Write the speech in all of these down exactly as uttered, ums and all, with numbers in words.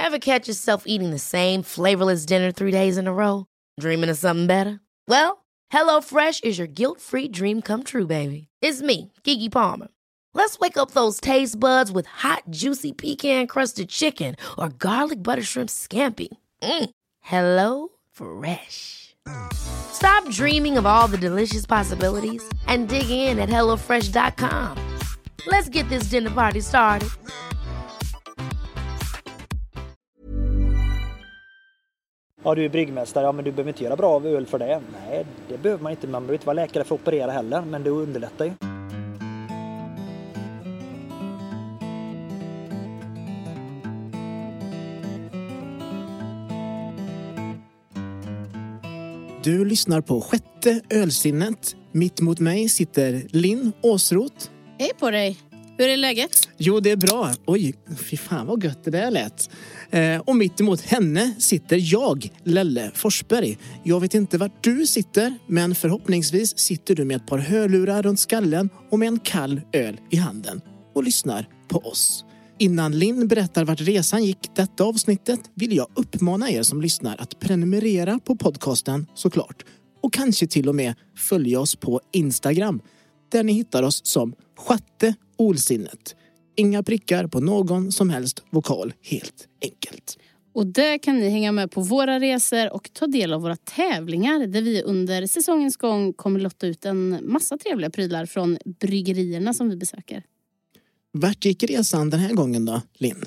Ever catch yourself eating the same flavorless dinner three days in a row? Dreaming of something better? Well, HelloFresh is your guilt-free dream come true, baby. It's me, Keke Palmer. Let's wake up those taste buds with hot, juicy pecan-crusted chicken or garlic butter shrimp scampi. Mm. Hello Fresh. Stop dreaming of all the delicious possibilities and dig in at hello fresh dot com. Let's get this dinner party started. Ja, du är bryggmästare. Ja, men du behöver inte göra bra öl för det. Nej, det behöver man inte. Man behöver inte vara läkare för att operera heller, men det underlättar ju. Du lyssnar på Sjätte ölsinnet. Mitt mot mig sitter Linn Åsroth. Hej på dig. Hur är läget? Jo, det är bra. Oj, fy fan vad gött det där lät. Eh, och mitt emot henne sitter jag, Lelle Forsberg. Jag vet inte vart du sitter, men förhoppningsvis sitter du med ett par hörlurar runt skallen och med en kall öl i handen och lyssnar på oss. Innan Linn berättar vart resan gick detta avsnittet vill jag uppmana er som lyssnar att prenumerera på podcasten såklart. Och kanske till och med följa oss på Instagram där ni hittar oss som Sjätte Olsinnet. Inga prickar på någon som helst vokal, helt enkelt. Och där kan ni hänga med på våra resor och ta del av våra tävlingar där vi under säsongens gång kommer lotta ut en massa trevliga prylar från bryggerierna som vi besöker. Vart gick resan den här gången då, Linn?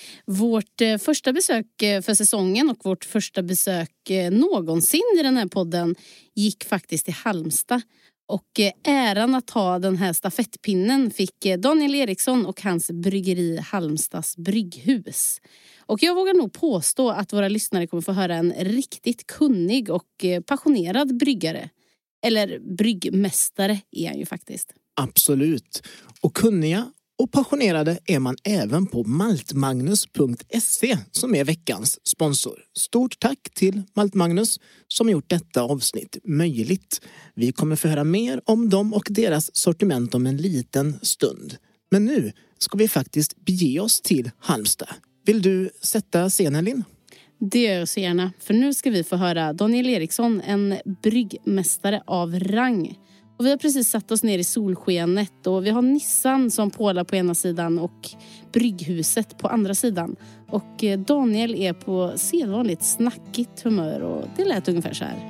Vårt eh, första besök för säsongen och vårt första besök eh, någonsin i den här podden gick faktiskt till Halmstad. Och eh, äran att ta den här stafettpinnen fick eh, Daniel Eriksson och hans bryggeri Halmstads brygghus. Och jag vågar nog påstå att våra lyssnare kommer få höra en riktigt kunnig och eh, passionerad bryggare. Eller bryggmästare är han ju faktiskt. Absolut. Och kunniga och passionerade är man även på maltmagnus punkt se som är veckans sponsor. Stort tack till Maltmagnus som gjort detta avsnitt möjligt. Vi kommer få höra mer om dem och deras sortiment om en liten stund. Men nu ska vi faktiskt bege oss till Halmstad. Vill du sätta scenen, Linn? Det gör jag så gärna, för nu ska vi få höra Daniel Eriksson, en bryggmästare av rang. Och vi har precis satt oss ner i solskenet och vi har Nissan som pålar på ena sidan och brygghuset på andra sidan. Och Daniel är på sedvanligt snackigt humör och det lät ungefär så här.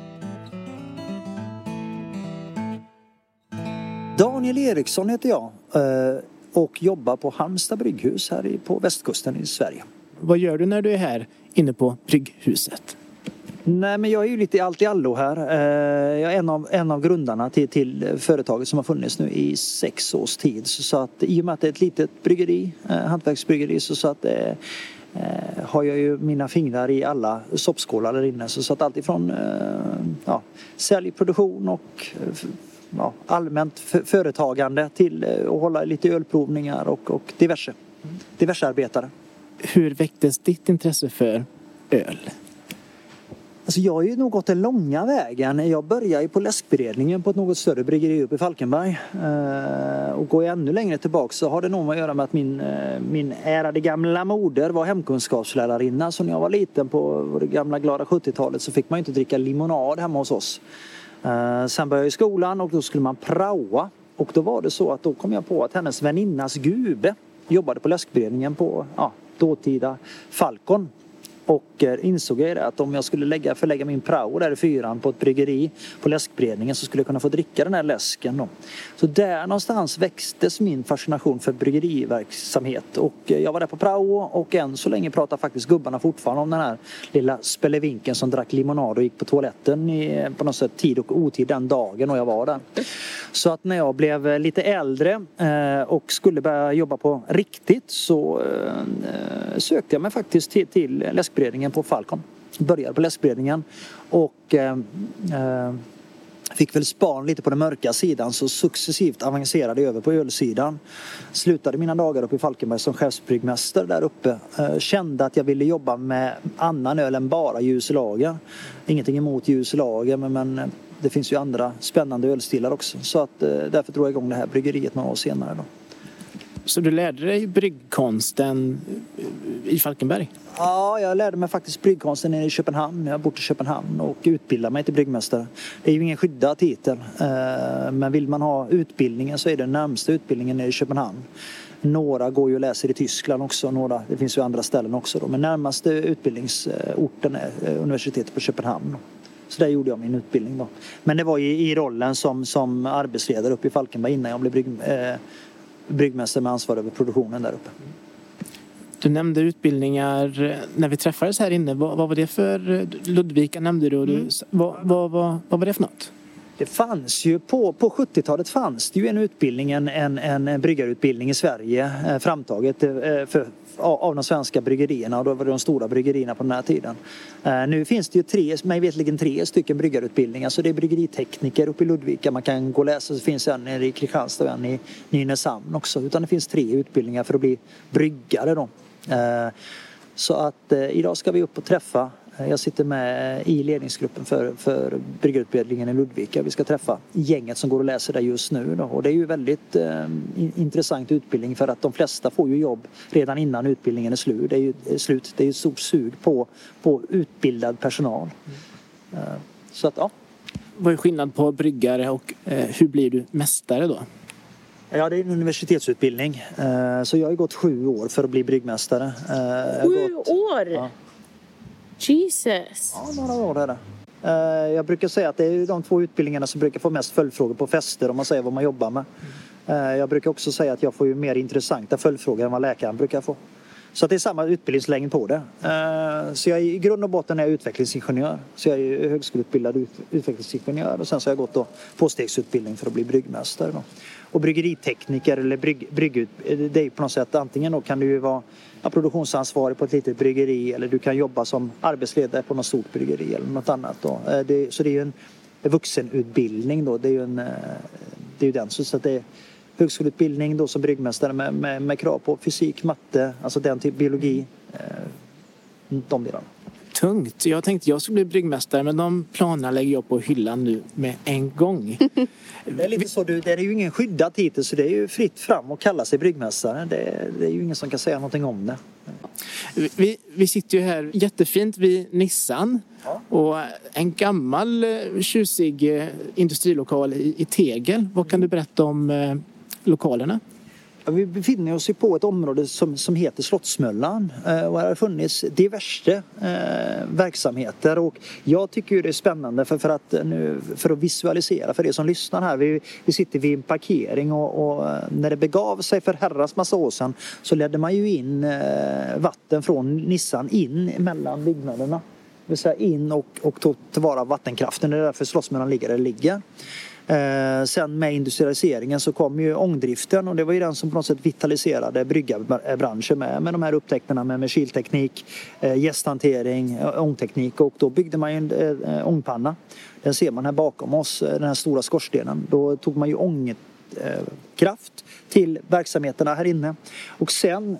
Daniel Eriksson heter jag och jobbar på Halmstad brygghus här på västkusten i Sverige. Vad gör du när du är här inne på brygghuset? Nej, men jag är ju lite allt i allo här. Jag är en av, en av grundarna till, till företaget som har funnits nu i sex års tid. Så, så att i och med att det är ett litet bryggeri, hantverksbryggeri, så, så att eh, har jag ju mina fingrar i alla soppskålar där inne. Så, så att allt ifrån eh, ja, säljproduktion och ja, allmänt för, företagande till att hålla lite ölprovningar och, och diverse. Diverse arbetare. Hur väcktes ditt intresse för öl? Alltså jag har ju nog gått den långa vägen. Jag började ju på läskberedningen på ett något större bryggeri uppe i Falkenberg. Och går jag ännu längre tillbaka så har det nog att göra med att min, min ärade gamla moder var hemkunskapslärarinna. Så när jag var liten på det gamla glada sjuttiotalet så fick man ju inte dricka limonad hemma hos oss. Sen började jag i skolan och då skulle man praoa. Och då var det så att då kom jag på att hennes väninnas gube jobbade på läskberedningen på ja, dåtida Falcon. Och insåg jag det att om jag skulle lägga, förlägga min prao där i fyran på ett bryggeri på läskberedningen så skulle jag kunna få dricka den här läsken då. Så där någonstans växtes min fascination för bryggeriverksamhet. Och jag var där på prao och än så länge pratar faktiskt gubbarna fortfarande om den här lilla spelevinken som drack limonad och gick på toaletten i, på något sätt tid och otid den dagen och jag var där. Så att när jag blev lite äldre eh, och skulle börja jobba på riktigt så eh, sökte jag mig faktiskt till, till läskberedningen på Falcon. Började på läskberedningen och eh, eh, fick väl span lite på den mörka sidan så successivt avancerade över på ölsidan. Slutade mina dagar uppe i Falkenberg som chefsbryggmästare där uppe. Eh, kände att jag ville jobba med annan öl än bara ljuslager. Ingenting emot ljuslager men, men det finns ju andra spännande ölstilar också. Så att, eh, därför drog jag igång det här bryggeriet några år senare då. Så du lärde dig bryggkonsten i Falkenberg? Ja, jag lärde mig faktiskt bryggkonsten nere i Köpenhamn. Jag har bott i Köpenhamn och utbildade mig till bryggmästare. Det är ju ingen skyddad titel. Men vill man ha utbildningen så är den närmsta utbildningen nere i Köpenhamn. Några går ju och läser i Tyskland också. Några, det finns ju andra ställen också. Då. Men närmaste utbildningsorten är universitetet på Köpenhamn. Så där gjorde jag min utbildning då. Men det var i, i rollen som, som arbetsledare uppe i Falkenberg innan jag blev brygg, eh, bryggmästare med ansvar över produktionen där uppe. Du nämnde utbildningar när vi träffades här inne. Vad, vad var det för Ludvika nämnde du? Och du mm. vad, vad, vad, vad var det för något? Det fanns ju på, på sjuttiotalet fanns det ju en utbildning, en, en, en bryggarutbildning i Sverige eh, framtaget eh, för, av de svenska bryggerierna och då var det de stora bryggerierna på den här tiden. Eh, nu finns det ju tre, mig vetligen tre stycken bryggarutbildningar, så det är bryggeritekniker uppe i Ludvika man kan gå och läsa, så finns en i Kristianstad och en i Nynäshamn också, utan det finns tre utbildningar för att bli bryggare då. Eh, så att eh, idag ska vi upp och träffa. Jag sitter med i ledningsgruppen för, för bryggarutbildningen i Ludvika. Vi ska träffa gänget som går och läser där just nu. Då. Och det är ju väldigt eh, intressant utbildning för att de flesta får ju jobb redan innan utbildningen är slut. Det är ju slut. Det är ju ett stort sug på, på utbildad personal. Mm. Eh, så att, ja. Vad är skillnad på bryggare och eh, hur blir du mästare då? Ja, det är en universitetsutbildning. Eh, så jag har gått sju år för att bli bryggmästare. Eh, sju gått, år? Ja. Jesus. Ja, några år är det. Jag brukar säga att det är de två utbildningarna som brukar få mest följdfrågor på fester om man säger vad man jobbar med. Mm. Jag brukar också säga att jag får ju mer intressanta följdfrågor än vad läkaren brukar få. Så att det är samma utbildningslängd på det. Så jag är, i grund och botten är jag utvecklingsingenjör. Så jag är högskoleutbildad utvecklingsingenjör och sen så har jag gått då påstegsutbildning för att bli bryggmästare då. Och bryggeritekniker eller brygg, brygg, det är på något sätt antingen då kan du ju vara ja, produktionsansvarig på ett litet bryggeri eller du kan jobba som arbetsledare på något stort bryggeri eller något annat då. Det, så det är ju en vuxenutbildning då, det är ju en, det är ju den så att det är högskoleutbildning då som bryggmästare med, med, med krav på fysik, matte, alltså den typ biologi, de delarna. Tungt. Jag tänkte jag skulle bli bryggmästare men de planerna lägger jag på hyllan nu med en gång. Det är lite så, du, det är ju ingen skyddad titel så det är ju fritt fram att kalla sig bryggmästare. Det, det är ju ingen som kan säga någonting om det. Vi, vi sitter ju här jättefint vid Nissan ja. Och en gammal tjusig industrilokal i, i Tegel. Vad kan du berätta om eh, lokalerna? Vi befinner oss ju på ett område som, som heter Slottsmöllan och här har funnits diverse eh, verksamheter och jag tycker ju det är spännande för, för, att, nu, för att visualisera för er som lyssnar här. Vi, vi sitter vid en parkering och, och när det begav sig för herrans massa år sedan så ledde man ju in eh, vatten från Nissan in mellan byggnaderna. Det vill säga in och, och tog tillvara vattenkraften, det är därför Slottsmöllan ligger där det ligger. Eh, sen med industrialiseringen så kom ju ångdriften och det var ju den som på något sätt vitaliserade bryggarbranschen med, med de här upptäckterna med, med kylteknik, eh, jästhantering, ångteknik och då byggde man ju en eh, ångpanna. Den ser man här bakom oss, den här stora skorstenen. Då tog man ju ångkraft eh, till verksamheterna här inne och sen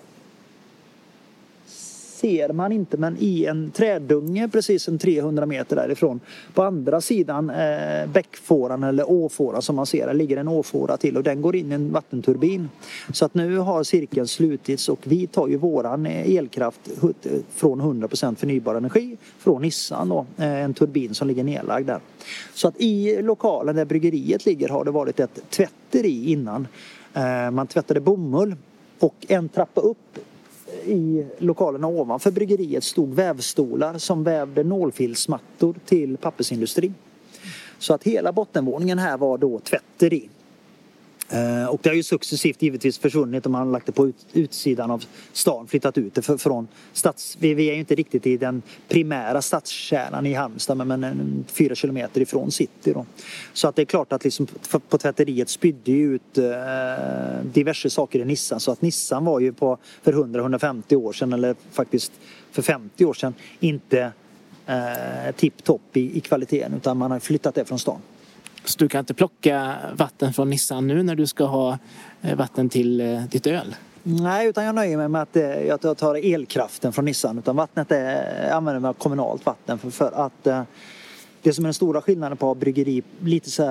ser man inte, men i en trädunge precis en trehundra meter därifrån på andra sidan eh, bäckfåran eller åfåran som man ser, där ligger en åfåra till och den går in i en vattenturbin. Så att nu har cirkeln slutits och vi tar ju våran elkraft från hundra procent förnybar energi från Nissan då, eh, en turbin som ligger nedlagd där. Så att i lokalen där bryggeriet ligger har det varit ett tvätteri innan. Eh, man tvättade bomull och en trappa upp i lokalerna ovanför bryggeriet stod vävstolar som vävde nålfilsmattor till pappersindustrin. Så att hela bottenvåningen här var då tvätteri. Och det har ju successivt givetvis försvunnit och man har lagt det på ut, utsidan av stan, flyttat ut det för, från stads... Vi, vi är ju inte riktigt i den primära stadskärnan i Halmstad men, men en, fyra kilometer ifrån city då. Så att det är klart att liksom på tvätteriet spydde ut eh, diverse saker i Nissan så att Nissan var ju på för hundra till hundrafemtio år sedan eller faktiskt för femtio år sedan inte eh, tipptopp i, i kvaliteten utan man har flyttat det från stan. Så du kan inte plocka vatten från Nissan nu när du ska ha vatten till ditt öl? Nej, utan jag nöjer mig med att jag tar elkraften från Nissan. Utan vattnet är, använder man kommunalt vatten för, för att det som är den stora skillnaden på bryggeri, lite så här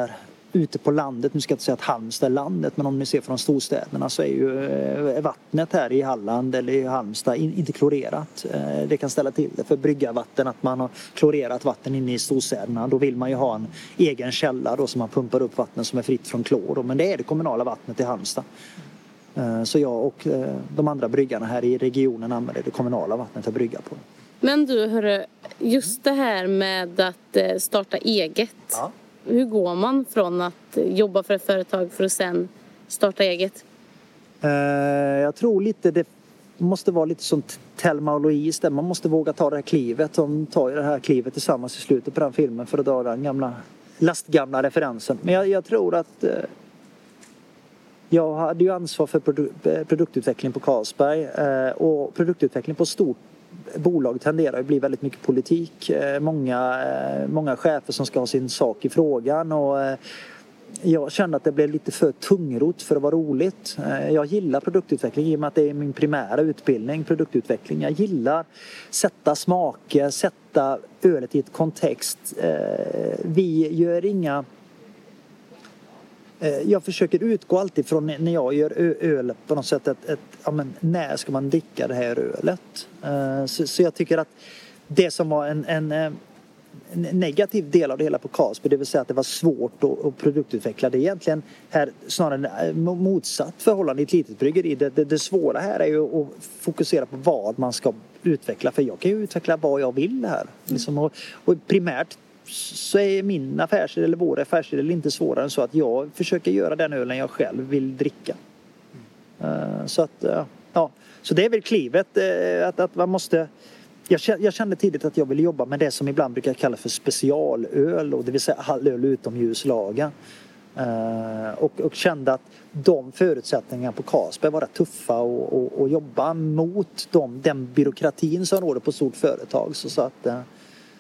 ute på landet, nu ska jag inte säga att Halmstad är landet, men om ni ser från storstäderna så är ju vattnet här i Halland eller i Halmstad inte klorerat. Det kan ställa till det för bryggarvatten, att man har klorerat vatten inne i storstäderna. Då vill man ju ha en egen källa då som man pumpar upp vatten som är fritt från klor. Men det är det kommunala vattnet i Halmstad. Så jag och de andra bryggarna här i regionen använder det kommunala vattnet att brygga på. Men du, hörru, just det här med att starta eget. Ja. Hur går man från att jobba för ett företag för att sen starta eget? Uh, jag tror lite det måste vara lite som Thelma och Louise där man måste våga ta det här klivet. De tar ju det här klivet tillsammans i slutet på den filmen för att dra den gamla lastgamla referensen. Men jag, jag tror att uh, jag hade ju ansvar för produ- produktutveckling på Carlsberg uh, och produktutveckling på stort bolag tenderar att bli väldigt mycket politik. Många, många chefer som ska ha sin sak i frågan och jag kände att det blev lite för tungrot för att vara roligt. Jag gillar produktutveckling i och med att det är min primära utbildning, produktutveckling. Jag gillar sätta smaker, sätta ölet i ett kontext. Vi gör inga... Jag försöker utgå alltid från när jag gör öl på något sätt ett, ett, ja men när ska man dricka det här ölet? Så, så jag tycker att det som var en, en, en negativ del av det hela på Carlsberg, det vill säga att det var svårt att, att produktutveckla, det är egentligen här snarare motsatt förhållande i ett litet bryggeri. Det, det, det svåra här är ju att fokusera på vad man ska utveckla, för jag kan ju utveckla vad jag vill här. Liksom, och, och primärt så är min affärsidé eller vår affärsidé inte svårare än så att jag försöker göra den ölen jag själv vill dricka. Uh, så att, uh, ja. Så det är väl klivet uh, att, att man måste... Jag kände, jag kände tidigt att jag ville jobba med det som ibland brukar kallas för specialöl, och det vill säga öl utomljuslaga. Uh, och, och kände att de förutsättningarna på Carlsberg var rätt tuffa och, och, och jobba mot dem, den byråkratin som råder på stort företag. Så, så att... Uh,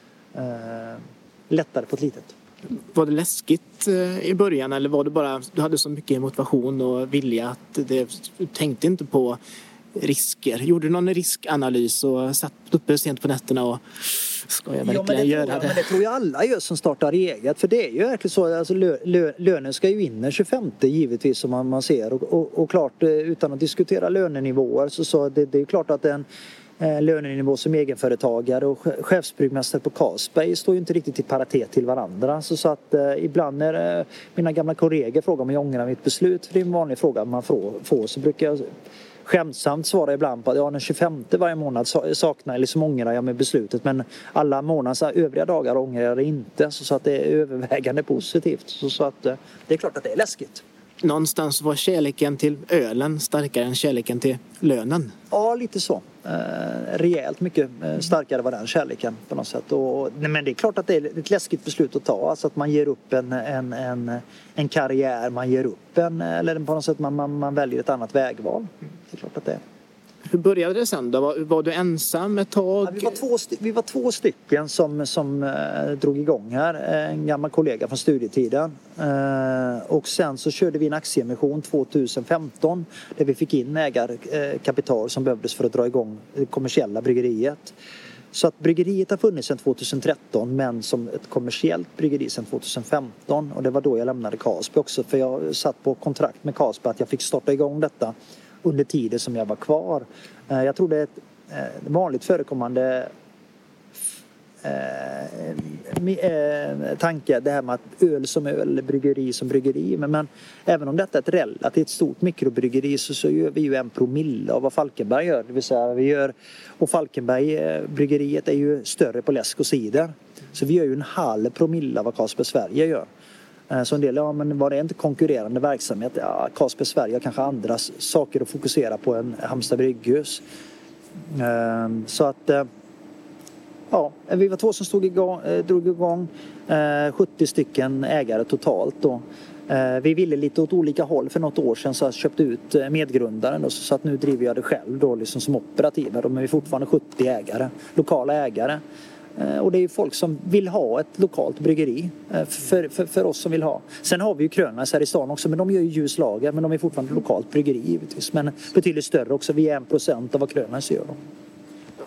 uh, lättare på ett litet. Var det läskigt i början eller var det bara du hade så mycket motivation och vilja att det, du tänkte inte på risker? Gjorde du någon riskanalys och satt uppe sent på nätterna och ska jag verkligen ja, det göra jag, det? Men det tror jag alla gör som startar eget, för det är ju verkligen så, alltså lö, lö, lönen ska ju in den tjugofemte givetvis som man, man ser och, och, och klart utan att diskutera lönenivåer så, så det, det är klart att en lönenivå som egenföretagare och chefsbryggmästare på Carlsberg står ju inte riktigt i paritet till varandra. Så, så att eh, ibland när eh, mina gamla kollegor frågar om jag ångrar mitt beslut, för det är en vanlig fråga man får, får så brukar jag skämtsamt svara ibland på att ja, den tjugofemte varje månad saknar eller så ångrar jag med beslutet, men alla månadens övriga dagar ångrar jag det inte. Så, så att det är övervägande positivt. Så, så att eh, det är klart att det är läskigt. Någonstans var kärleken till ölen starkare än kärleken till lönen? Ja, lite så. Eh, rejält mycket eh, starkare var den kärleken på något sätt. Och, nej, men det är klart att det är ett läskigt beslut att ta. Alltså att man ger upp en, en, en, en karriär, man ger upp en, eller på något sätt man, man, man väljer ett annat vägval. Det är klart att det är. Hur började det sen då? Var, var du ensam ett tag? Ja, vi, var två, vi var två stycken som, som eh, drog igång här. En gammal kollega från studietiden. Eh, och sen så körde vi en aktieemission tjugohundrafemton. Där vi fick in ägarkapital som behövdes för att dra igång det kommersiella bryggeriet. Så att bryggeriet har funnits sedan tjugotretton, men som ett kommersiellt bryggeri sedan tjugohundrafemton. Och det var då jag lämnade Carlsberg också. För jag satt på kontrakt med Carlsberg att jag fick starta igång detta under tiden som jag var kvar. Jag tror det är ett vanligt förekommande tanke, det här med att öl som öl, bryggeri som bryggeri. Men, men även om detta är ett relativt stort mikrobryggeri så, så gör vi ju en promille av vad Falkenberg gör. Det vill säga vi gör, och Falkenberg bryggeriet är ju större på läsk och cider. Så vi gör ju en halv promille av vad Carlsberg Sverige gör. Så en del, ja men var det inte konkurrerande verksamhet? Ja, Carlsberg Sverige har kanske andra saker att fokusera på än Halmstad brygghus. Så att, ja, vi var två som stod igång, drog igång, sjuttio stycken ägare totalt då. Vi ville lite åt olika håll för något år sedan, så jag köpte ut medgrundaren då, så att nu driver jag det själv då, liksom som operativ. De är fortfarande sjuttio ägare, lokala ägare. Och det är ju folk som vill ha ett lokalt bryggeri för, för, för oss som vill ha. Sen har vi ju Krönas här i stan också, men de gör ju ljuslager, men de är fortfarande lokalt bryggeri givetvis. Men betydligt större också, vi är en procent av vad Krönas gör då.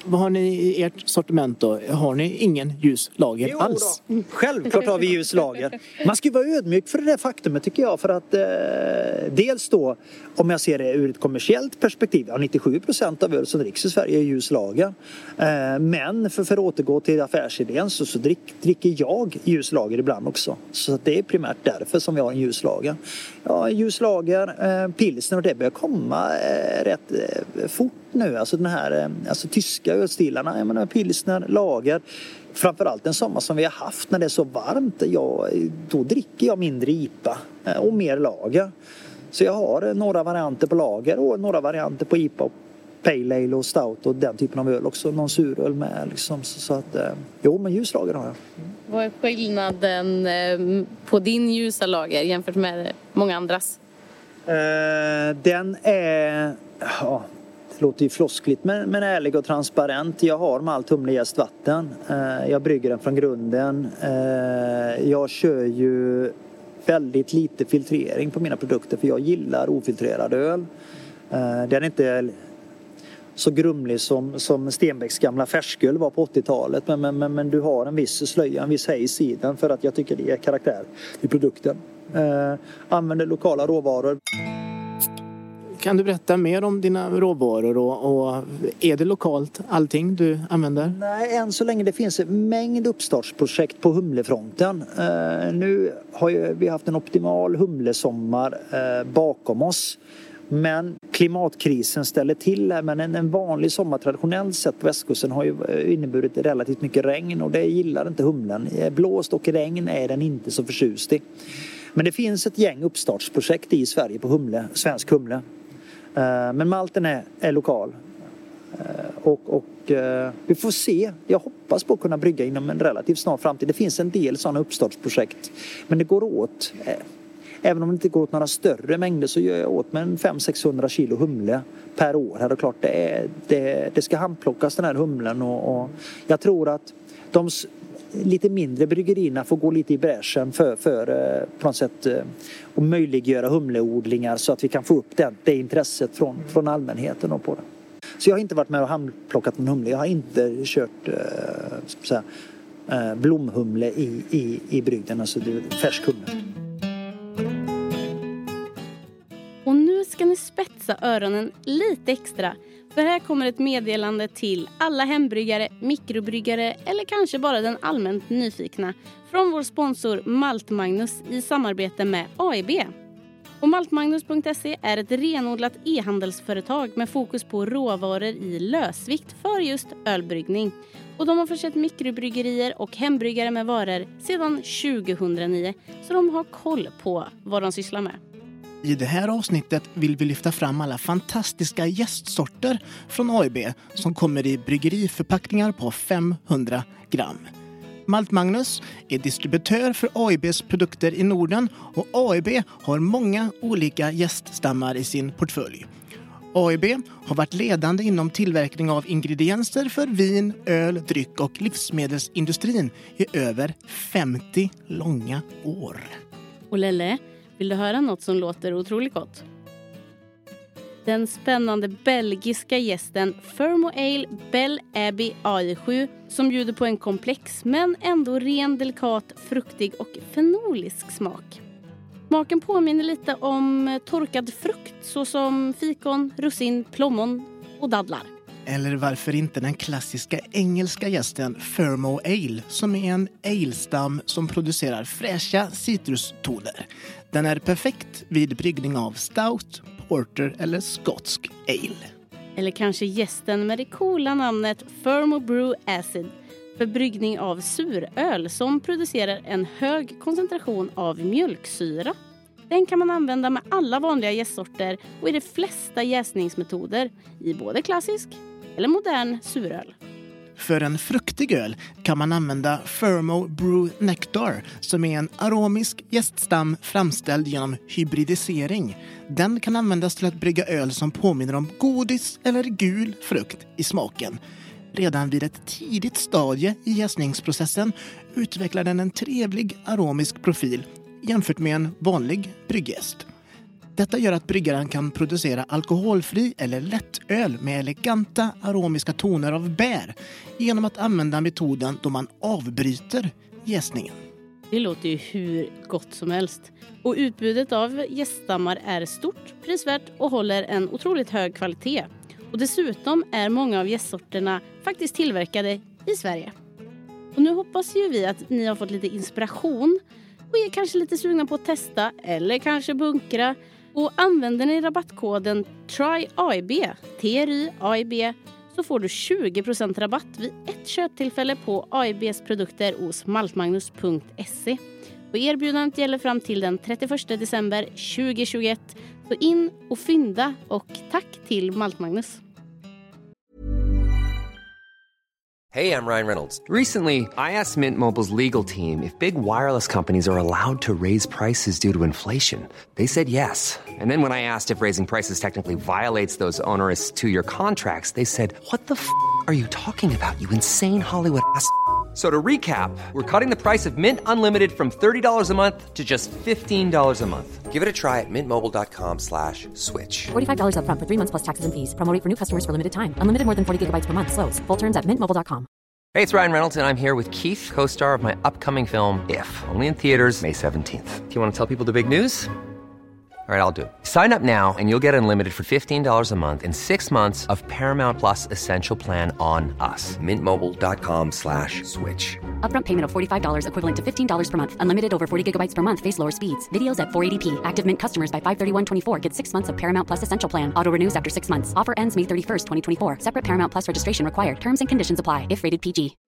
vad har ni i ert sortiment då? Har ni ingen ljuslager Jo alls? då. Självklart har vi ljuslager. Man ska vara ödmjuk för det där faktumet tycker jag. För att eh, dels då, om jag ser det ur ett kommersiellt perspektiv, ja, nittiosju procent av öl som dricks i Sverige är ljuslager. Eh, men för, för att återgå till affärsidén så, så drick, dricker jag ljuslager ibland också. Så att det är primärt därför som vi har en ljuslager. Ja, ljuslager, eh, pilsner och det börjar komma eh, rätt eh, fort nu. Alltså den här eh, alltså tyska ölstilarna, jag menar pilsner, lager. Framförallt en sommar som vi har haft när det är så varmt. Jag, då dricker jag mindre I P A eh, och mer lager. Så jag har några varianter på lager och några varianter på I P A och Pale Ale och Stout och den typen av öl också. Någon suröl med liksom. Så, så att, eh, jo men ljuslager har jag. Vad är skillnaden eh, på din ljusa lager jämfört med många andras? Eh, den är, ja, det låter ju floskligt men, men ärlig och transparent. Jag har malt, humle, jäst, vatten. Eh, jag brygger den från grunden. Eh, jag kör ju väldigt lite filtrering på mina produkter för jag gillar ofiltrerad öl. Eh, den är inte så grumlig som, som Stenbecks gamla färsköl var på åttiotalet. Men, men, men, men du har en viss slöja, en viss hejs i den för att jag tycker det är karaktär i produkten. Eh, använder lokala råvaror. Kan du berätta mer om dina råvaror och, och är det lokalt allting du använder? Nej, än så länge det finns en mängd uppstartsprojekt på humlefronten. Eh, nu har ju, vi haft en optimal humlesommar eh, bakom oss. Men klimatkrisen ställer till här. Men en, en vanlig sommar traditionellt sett på västkusten har ju inneburit relativt mycket regn och det gillar inte humlen. Blåst och regn är den inte så förtjust i. Men det finns ett gäng uppstartsprojekt i Sverige på humle, svensk humle. Men malten är, är lokal. Och, och vi får se. Jag hoppas på att kunna brygga inom en relativt snar framtid. Det finns en del sådana uppstartsprojekt. Men det går åt. Även om det inte går åt några större mängder så gör jag åt med en fem till sexhundra kilo humle per år. Här är klart det, är, det, det ska handplockas den här humlen. Och, och jag tror att de lite mindre bryggerierna får gå lite i bräschen för, för på något sätt att möjliggöra humleodlingar så att vi kan få upp det, det intresset från, från allmänheten och på det. Så jag har inte varit med och handplockat en humle. Jag har inte kört äh, så här, äh, blomhumle i, i, i brygden, alltså färsk humle. Och nu ska ni spetsa öronen lite extra. För här kommer ett meddelande till alla hembryggare, mikrobryggare eller kanske bara den allmänt nyfikna från vår sponsor Malt Magnus i samarbete med A E B. Och maltmagnus punkt se är ett renodlat e-handelsföretag med fokus på råvaror i lösvikt för just ölbryggning. Och de har försett mikrobryggerier och hembryggare med varor sedan tjugohundranio, så de har koll på vad de sysslar med. I det här avsnittet vill vi lyfta fram alla fantastiska jästsorter från A E B som kommer i bryggeriförpackningar på femhundra gram. Malt Magnus är distributör för A E B:s produkter i Norden och A E B har många olika jäststammar i sin portfölj. A E B har varit ledande inom tillverkning av ingredienser för vin, öl, dryck och livsmedelsindustrin i över femtio långa år. Och Lelle, vill du höra något som låter otroligt gott? Den spännande belgiska jästen Fermo Ale Belle Abbey A I sju som bjuder på en komplex men ändå ren, delikat, fruktig och fenolisk smak. Smaken påminner lite om torkad frukt såsom fikon, russin, plommon och dadlar. Eller varför inte den klassiska engelska jästen Fermo Ale som är en alestam som producerar fräscha citrustoner. Den är perfekt vid bryggning av stout, porter eller skotsk ale. Eller kanske jästen med det coola namnet Fermo Brew Acid för bryggning av suröl som producerar en hög koncentration av mjölksyra. Den kan man använda med alla vanliga jästsorter och i de flesta jäsningsmetoder i både klassisk eller modern suröl. För en fruktig öl kan man använda Fermo Brew Nectar som är en aromisk jäststam framställd genom hybridisering. Den kan användas till att brygga öl som påminner om godis eller gul frukt i smaken. Redan vid ett tidigt stadie i jäsningsprocessen utvecklar den en trevlig aromisk profil jämfört med en vanlig bryggjäst. Detta gör att bryggaren kan producera alkoholfri eller lättöl med eleganta aromiska toner av bär genom att använda metoden då man avbryter jäsningen. Det låter ju hur gott som helst. Och utbudet av jäststammar är stort, prisvärt och håller en otroligt hög kvalitet. Och dessutom är många av jästsorterna faktiskt tillverkade i Sverige. Och nu hoppas ju vi att ni har fått lite inspiration och är kanske lite sugna på att testa eller kanske bunkra. Och använder ni rabattkoden TRYAIB, T R Y A I B, så får du tjugo procent rabatt vid ett köptillfälle på A I B:s produkter hos maltmagnus punkt se. Och erbjudandet gäller fram till den trettioförsta december tjugohundratjugoett. Så in och fynda och tack till Maltmagnus. Hey, I'm Ryan Reynolds. Recently, I asked Mint Mobile's legal team if big wireless companies are allowed to raise prices due to inflation. They said yes. And then when I asked if raising prices technically violates those onerous two-year contracts, they said, what the f*** are you talking about, you insane Hollywood ass f- So to recap, we're cutting the price of Mint Unlimited from thirty dollars a month to just fifteen dollars a month. Give it a try at mintmobile.com slash switch. forty-five dollars up front for three months plus taxes and fees. Promo rate for new customers for limited time. Unlimited more than forty gigabytes per month. Slows full terms at mint mobile dot com. Hey, it's Ryan Reynolds, and I'm here with Keith, co-star of my upcoming film, If, only in theaters May seventeenth. Do you want to tell people the big news? All right, I'll do it. Sign up now and you'll get unlimited for fifteen dollars a month and six months of Paramount Plus Essential Plan on us. Mintmobile.com slash switch. Upfront payment of forty-five dollars equivalent to fifteen dollars per month. Unlimited over forty gigabytes per month. Face lower speeds. Videos at four eighty p. Active Mint customers by five thirty-one twenty-four get six months of Paramount Plus Essential Plan. Auto renews after six months. Offer ends May thirty-first, twenty twenty-four. Separate Paramount Plus registration required. Terms and conditions apply if rated P G.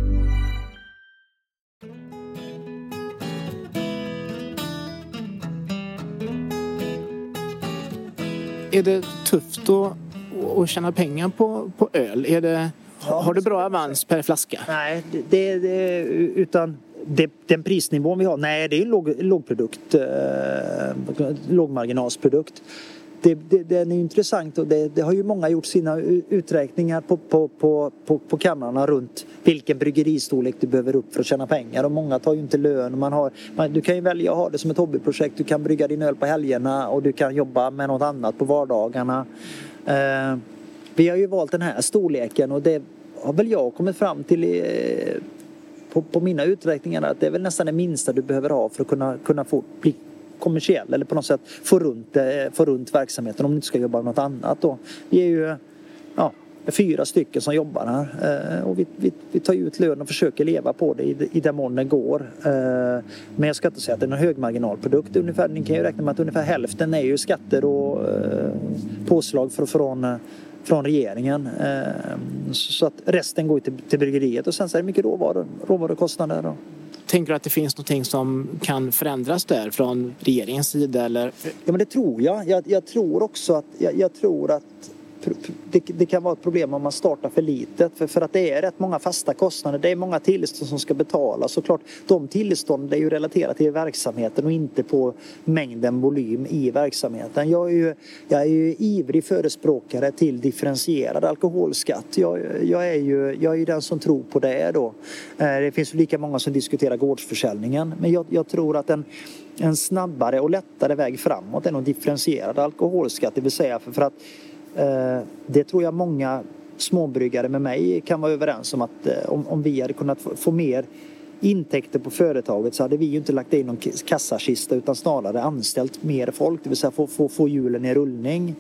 Är det tufft att, att tjäna pengar på, på öl? Är det, har du bra avans per flaska? Nej, det, det, utan det, den prisnivån vi har, nej det är en låg, lågprodukt, eh, lågmarginalsprodukt. Det, det, den är intressant och det, det har ju många gjort sina uträkningar på, på, på, på, på kamrarna runt vilken bryggeristorlek du behöver upp för att tjäna pengar. Och många tar ju inte lön. Man har, man, du kan ju välja att ha det som ett hobbyprojekt. Du kan brygga din öl på helgerna och du kan jobba med något annat på vardagarna. Eh, vi har ju valt den här storleken och det har väl jag kommit fram till eh, på, på mina uträkningar att det är väl nästan det minsta du behöver ha för att kunna, kunna få bli kommersiell eller på något sätt få runt, få runt verksamheten om du inte ska jobba med något annat då. Vi är ju ja, fyra stycken som jobbar här och vi, vi, vi tar ut lön och försöker leva på det i, i den mån det går. Men jag ska inte säga att det är en högmarginalprodukt. Ungefär, ni kan ju räkna med att ungefär hälften är ju skatter och påslag för, från, från regeringen. Så att resten går till, till bryggeriet och sen så är det mycket råvaror, råvarukostnader då. Tänker du att det finns något som kan förändras där från regeringens sida? Eller? Ja, men det tror jag. Jag, jag tror också att, jag, jag tror att det, det kan vara ett problem om man startar för litet. För, för att det är rätt många fasta kostnader. Det är många tillstånd som ska betalas. Såklart, de tillstånden är ju relaterade till verksamheten och inte på mängden volym i verksamheten. Jag är ju, jag är ju ivrig förespråkare till differentierad alkoholskatt. Jag, jag, är ju, jag är ju den som tror på det då. Det finns ju lika många som diskuterar gårdsförsäljningen. Men jag, jag tror att en, en snabbare och lättare väg framåt är en differentierad alkoholskatt. Det vill säga för, för att det tror jag många småbryggare med mig kan vara överens om att om, om vi hade kunnat få, få mer intäkter på företaget så hade vi ju inte lagt in någon kassakista utan snarare anställt mer folk, det vill säga få, få, få hjulen i rullning.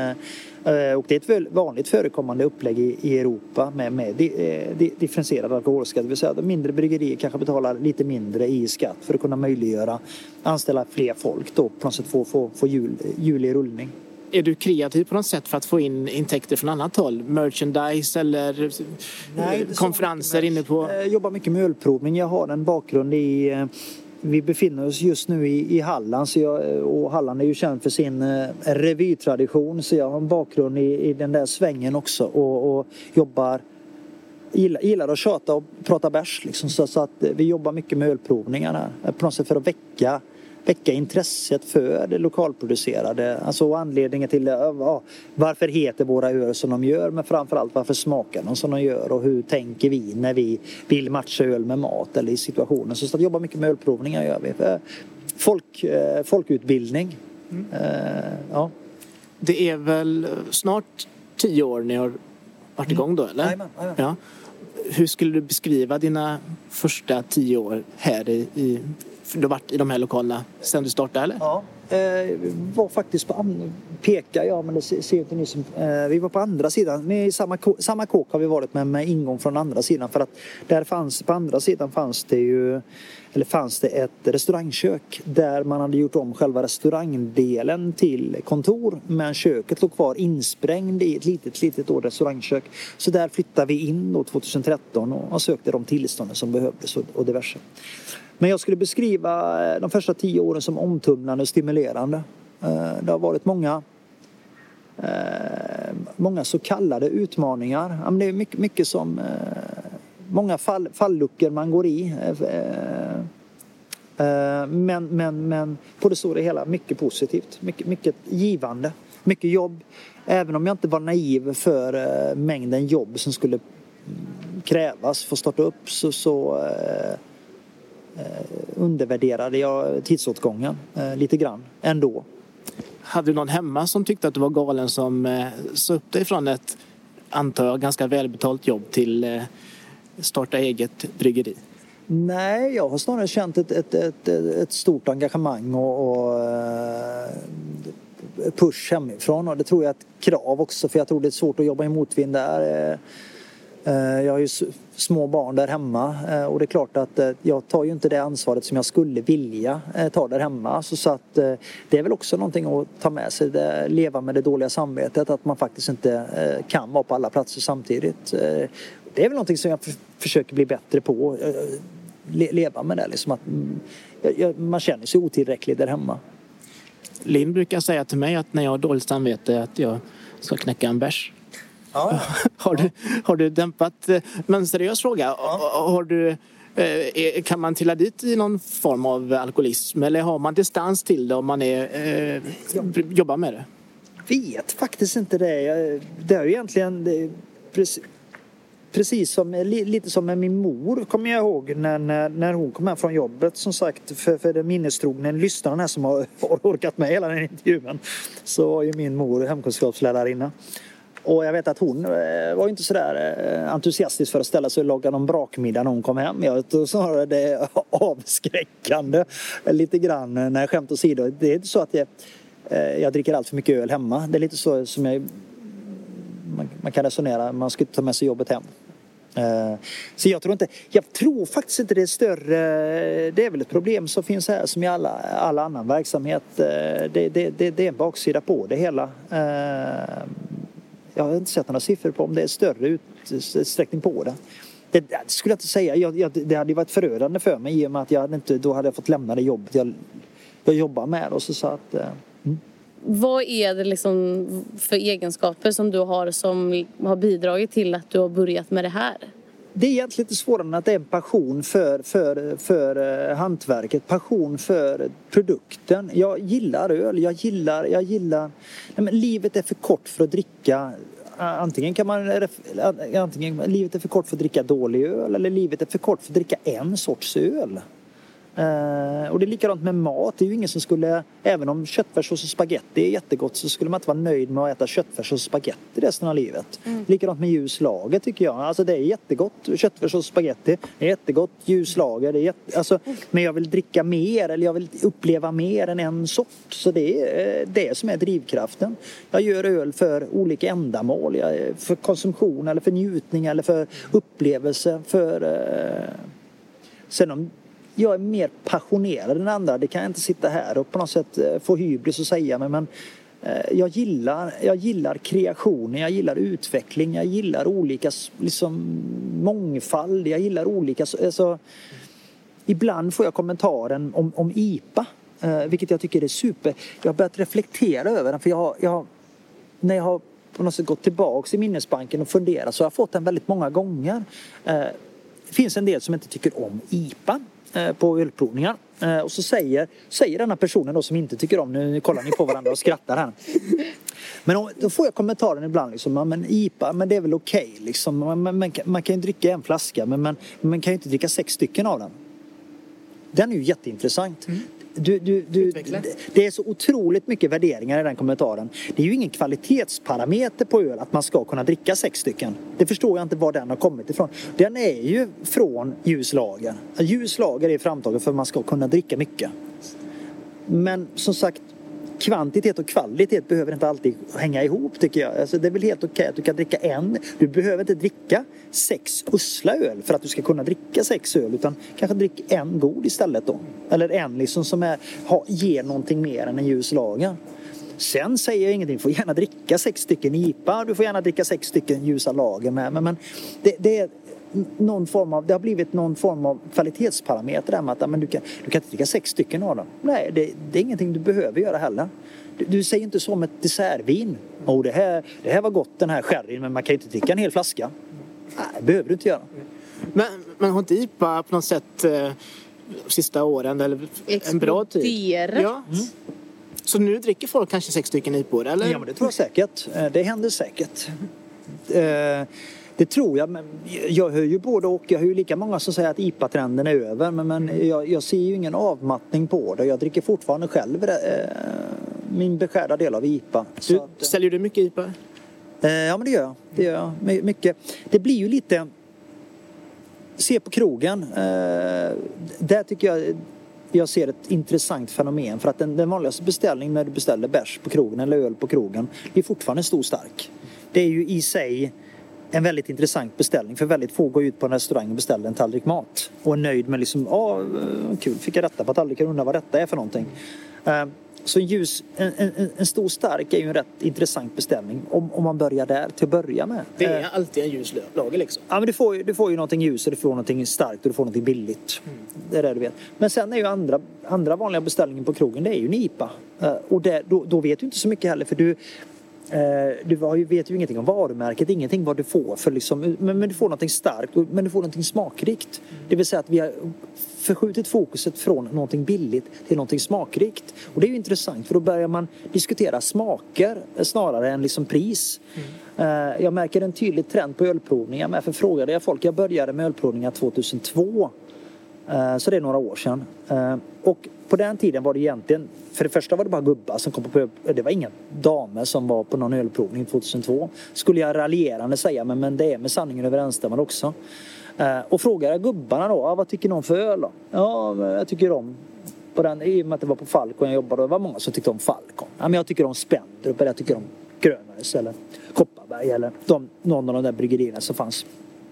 Och det är ett vanligt förekommande upplägg i, i Europa med, med di, di, differentierad alkoholskatt. Det vill säga att mindre bryggerier kanske betalar lite mindre i skatt för att kunna möjliggöra anställa fler folk då på något sätt få, få, få hjul, hjul i rullning. Är du kreativ på något sätt för att få in intäkter från annat håll? Merchandise eller Nej, konferenser inne på? Jag jobbar mycket med ölprovning. Jag har en bakgrund i... Vi befinner oss just nu i, i Halland så jag, och Halland är ju känd för sin eh, revytradition så jag har en bakgrund i, i den där svängen också och, och jobbar gillar, gillar att tjata och prata bärs liksom, så, så att vi jobbar mycket med ölprovningarna på något sätt för att väcka väcka intresset för det lokalproducerade. Alltså anledningen till ja, varför heter våra öl som de gör men framförallt varför smakar de som de gör och hur tänker vi när vi vill matcha öl med mat eller i situationen. Så att jobba mycket med ölprovningar gör vi. Folk, folkutbildning Mm. Uh, ja. Det är väl snart tio år ni har varit igång då, eller? Jajamän, jajamän. Ja. Hur skulle du beskriva dina första tio år här i, i, du har varit i de här lokalerna sedan du startade, eller? Ja, eh, var faktiskt på andra, pekar jag, men det ser inte ni som, eh, vi var på andra sidan, med samma, samma kåk har vi varit med, med ingång från andra sidan, för att där fanns, på andra sidan fanns det ju, eller fanns det ett restaurangkök där man hade gjort om själva restaurangdelen till kontor, men köket låg kvar insprängd i ett litet, litet år restaurangkök. Så där flyttade vi in då tjugohundratretton och sökte de tillstånden som behövdes och diverse. Men jag skulle beskriva de första tio åren som omtumlande och stimulerande. Det har varit många, många så kallade utmaningar. Det är mycket, mycket som... Många fall, falluckor man går i. Men, men, men på det stora hela mycket positivt. Mycket, mycket givande. Mycket jobb. Även om jag inte var naiv för mängden jobb som skulle krävas för att starta upp, så, så undervärderade jag tidsåtgången lite grann ändå. Hade du någon hemma som tyckte att du var galen som sa upp dig från ett, antar jag, ganska välbetalt jobb till starta eget bryggeri? Nej, jag har snarare känt ett, ett, ett, ett stort engagemang och, och push hemifrån, och det tror jag är ett krav också, för jag tror det är svårt att jobba i motvind där. Jag har ju små barn där hemma, och det är klart att jag tar ju inte det ansvaret som jag skulle vilja ta där hemma. Så, så att det är väl också någonting att ta med sig, det, leva med det dåliga samvetet, att man faktiskt inte kan vara på alla platser samtidigt. Det är väl någonting som jag f- försöker bli bättre på, Le- leva med det liksom, att jag, man känner sig otillräcklig där hemma. Linn brukar säga till mig att när jag har dåligt samvete att jag ska knäcka en bärs. Ja. har, du, har du dämpat, men en seriös fråga, Ja. har du, kan man trilla dit i någon form av alkoholism, eller har man distans till det om man är, eh, jobbar med det? Vet faktiskt inte det. Det är ju egentligen det, precis, precis som, lite som med min mor, kommer jag ihåg när, när, när hon kom här från jobbet, som sagt, för, för den minnestrogen lyssnaren här som har, har orkat med hela den intervjun, så var ju min mor hemkunskapslärarinna. Och jag vet att hon var inte så där entusiastisk för att ställa sig och laga någon brakmiddag när hon kom hem. Jag tror snarare det är avskräckande lite grann, när jag skämt åsido. Det är inte så att jag, jag dricker allt för mycket öl hemma. Det är lite så som jag, man, man kan resonera, man ska inte ta med sig jobbet hem. Så jag tror inte, jag tror faktiskt inte det är större, det är väl ett problem som finns här som i alla, alla annan verksamhet. Det, det, det, det är en baksida på det hela. Jag har inte sett några siffror på om det är större utsträckning på det. Det, det skulle jag inte säga. Jag, jag, det hade varit förödande för mig i och med att jag hade inte, då hade jag fått lämna det jobbet jag, jag jobbar med. Och så, så att, mm. Vad är det liksom för egenskaper som du har som har bidragit till att du har börjat med det här? Det är egentligen lite svårare än att det är en passion för, för, för hantverket, passion för produkten. Jag gillar öl, jag gillar, jag gillar, nej men livet är för kort för att dricka, antingen kan man, antingen livet är för kort för att dricka dålig öl, eller livet är för kort för att dricka en sorts öl. Uh, och det är likadant med mat. Det är ju ingen som skulle, även om köttfärssås och spaghetti är jättegott, så skulle man inte vara nöjd med att äta köttfärssås och spaghetti resten av livet. Mm. Likadant med ljuslager tycker jag. Alltså det är jättegott, köttfärssås och spaghetti. Det är jättegott, ljuslager. Det är jätte, alltså, mm. Men jag vill dricka mer, eller jag vill uppleva mer än en sort. Så det är det som är drivkraften. Jag gör öl för olika ändamål. Jag, för konsumtion, eller för njutning, eller för upplevelse. För, uh... Sen om jag är mer passionerad än andra, det kan jag inte sitta här och på något sätt få hybris och säga mig, men jag gillar, jag gillar kreationen, jag gillar utveckling, jag gillar olika liksom, mångfald, jag gillar olika, alltså, ibland får jag kommentaren om, om I P A, vilket jag tycker är super. Jag har börjat reflektera över den, för jag har, jag har, när jag har på något sätt gått tillbaka i minnesbanken och funderat, så har jag fått den väldigt många gånger. Det finns en del som inte tycker om I P A på ölprovningar. Och så säger, säger denna personen då som inte tycker om, nu kollar ni på varandra och skrattar här. Men då får jag kommentaren ibland liksom, men I P A, men det är väl okej okay, liksom. Man, man, man kan ju dricka en flaska, men man, man kan ju inte dricka sex stycken av den. Den är ju jätteintressant. Mm. du, du, du, det är så otroligt mycket värderingar i den kommentaren. Det är ju ingen kvalitetsparameter på öl att man ska kunna dricka sex stycken. Det förstår jag inte var den har kommit ifrån. Den är ju från ljuslager. Ljuslager är framtaget för att man ska kunna dricka mycket. Men som sagt, kvantitet och kvalitet behöver inte alltid hänga ihop, tycker jag. Alltså, det är väl helt okej att du kan dricka en. Du behöver inte dricka sex usla öl för att du ska kunna dricka sex öl, utan kanske dricka en god istället då. Eller en liksom som är, ha, ger någonting mer än en ljuslager. Sen säger jag ingenting. Du får gärna dricka sex stycken I P A. Du får gärna dricka sex stycken ljusa lager med. Men, men det, det är någon form av, det har blivit någon form av kvalitetsparameter där med att men du, kan, du kan inte dricka sex stycken av dem. Nej, det, det är ingenting du behöver göra heller. Du, du säger inte så om ett dessertvin. Oh, det, här, det här var gott, den här sherryn, men man kan ju inte dricka en hel flaska. Nej, det behöver du inte göra. Men, men har inte I P A på något sätt eh, sista åren eller en bra tid? Ja. Mm. Så nu dricker folk kanske sex stycken I P A, eller? Ja, men det tror jag säkert. Det händer säkert. Eh, Det tror jag, men jag hör ju både och. Jag hör ju lika många som säger att I P A-trenden är över. Men, men jag, jag ser ju ingen avmattning på det. Jag dricker fortfarande själv eh, min beskärda del av I P A. Du, att, säljer du mycket I P A? Eh, ja, men det gör jag. Det gör jag. Mycket. Det blir ju lite... Se på krogen. Eh, där tycker jag... Jag ser ett intressant fenomen. För att den, den vanligaste beställningen när du beställer bärs på krogen eller öl på krogen, det är fortfarande stor stark. Det är ju i sig... en väldigt intressant beställning. För väldigt få går ut på en restaurang och beställer en tallrik mat. Och är nöjd med liksom, ja, kul, fick jag detta på tallriken, undrar vad detta är för någonting. Uh, så ljus, en, en, en stor stark är ju en rätt intressant beställning. Om, om man börjar där till att börja med. Det är uh, alltid en ljuslager liksom. Ja, men du får, du får ju någonting ljus och du får någonting starkt och du får någonting billigt. Mm. Det är det du vet. Men sen är ju andra, andra vanliga beställningen på krogen, det är ju en I P A. Uh, och det, då, då vet du inte så mycket heller, för du Du vet ju ingenting om varumärket, ingenting vad du får för liksom, men, men du får någonting starkt, men du får någonting smakrikt. Det vill säga att vi har förskjutit fokuset från någonting billigt till någonting smakrikt. Och det är ju intressant, för då börjar man diskutera smaker snarare än liksom pris. Mm. Jag märker en tydlig trend på ölprovningar, men för frågade jag folk, jag började med ölprovningar tjugohundratvå. Så det är några år sedan. Och på den tiden var det egentligen, för det första var det bara gubbar som kom på öl. Det var inga damer som var på någon ölprovning tjugohundratvå. Skulle jag raljerande säga, men, men det är med sanningen överensstämmande också. Och frågade gubbarna då, vad tycker någon för öl då? Ja, jag tycker om, på den, i och med att det var på Falcon jag jobbade, det var många som tyckte om Falcon. Ja, men jag tycker om Spendrup, eller jag tycker om Grönäs eller Kopparberg eller de, någon av de där bryggerierna som fanns.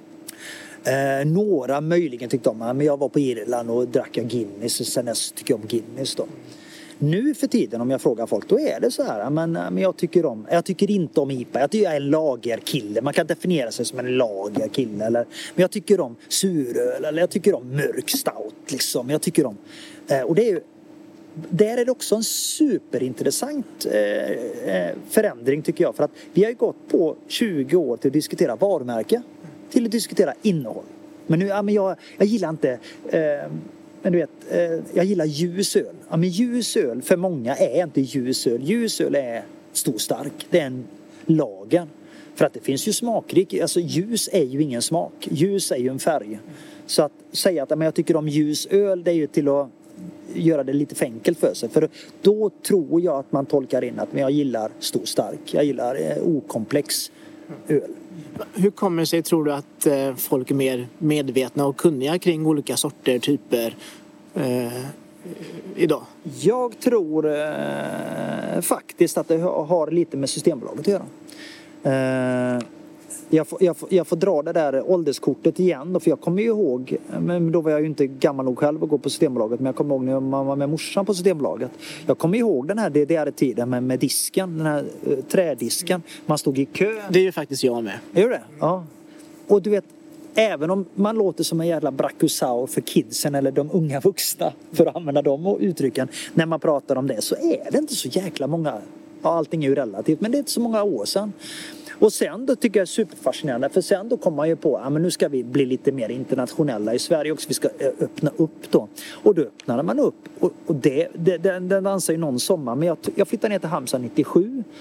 Eh, några möjligen tyckte om, men jag var på Irland och drack jag Guinness, och sen tycker jag om Guinness då. Nu för tiden om jag frågar folk, då är det så här, men, men jag tycker om, jag tycker inte om I P A, jag tycker jag är en lagerkille, man kan definiera sig som en lagerkille, eller, men jag tycker om suröl, eller jag tycker om mörk stout liksom, jag tycker om, eh, och det är ju, där är det också en superintressant eh, förändring tycker jag, för att vi har ju gått på tjugo år till att diskutera varumärke, till att diskutera innehåll. Men nu, ja, men jag, jag gillar inte, eh, men du vet, eh, jag gillar ljusöl. Ja, men ljusöl för många är inte ljusöl. Ljusöl är stor stark. Det är en lager. För att det finns ju smakrik. Alltså ljus är ju ingen smak. Ljus är ju en färg. Så att säga att men jag tycker om ljusöl, det är ju till att göra det lite för enkelt för sig. För då tror jag att man tolkar in att men jag gillar stor stark. Jag gillar eh, okomplex öl. Hur kommer det sig, tror du, att eh, folk är mer medvetna och kunniga kring olika sorter, typer eh, idag? Jag tror eh, faktiskt att det har lite med Systembolaget att göra. Eh, jag, får, jag, får, jag får dra det där ålderskortet igen då, för jag kommer ju ihåg, men då var jag ju inte gammal nog själv att gå på Systembolaget, men jag kommer ihåg när man var med morsan på Systembolaget. Jag kommer ihåg den här D D R-tiden med, med disken, den här uh, trädisken. Man stod i kö. Det är ju faktiskt jag med. Är det? Ja. Och du vet, även om man låter som en jävla brakusau för kidsen eller de unga vuxna, för att använda de uttrycken, när man pratar om det, så är det inte så jäkla många, ja, allting är ju relativt, men det är inte så många år sedan. Och sen då tycker jag är superfascinerande, för sen då kommer man ju på, ja men nu ska vi bli lite mer internationella i Sverige också, vi ska öppna upp då. Och då öppnade man upp, och, och det, det, den, den dansar ju någon sommar, men jag, jag flyttade ner till Halmstad nittiosju.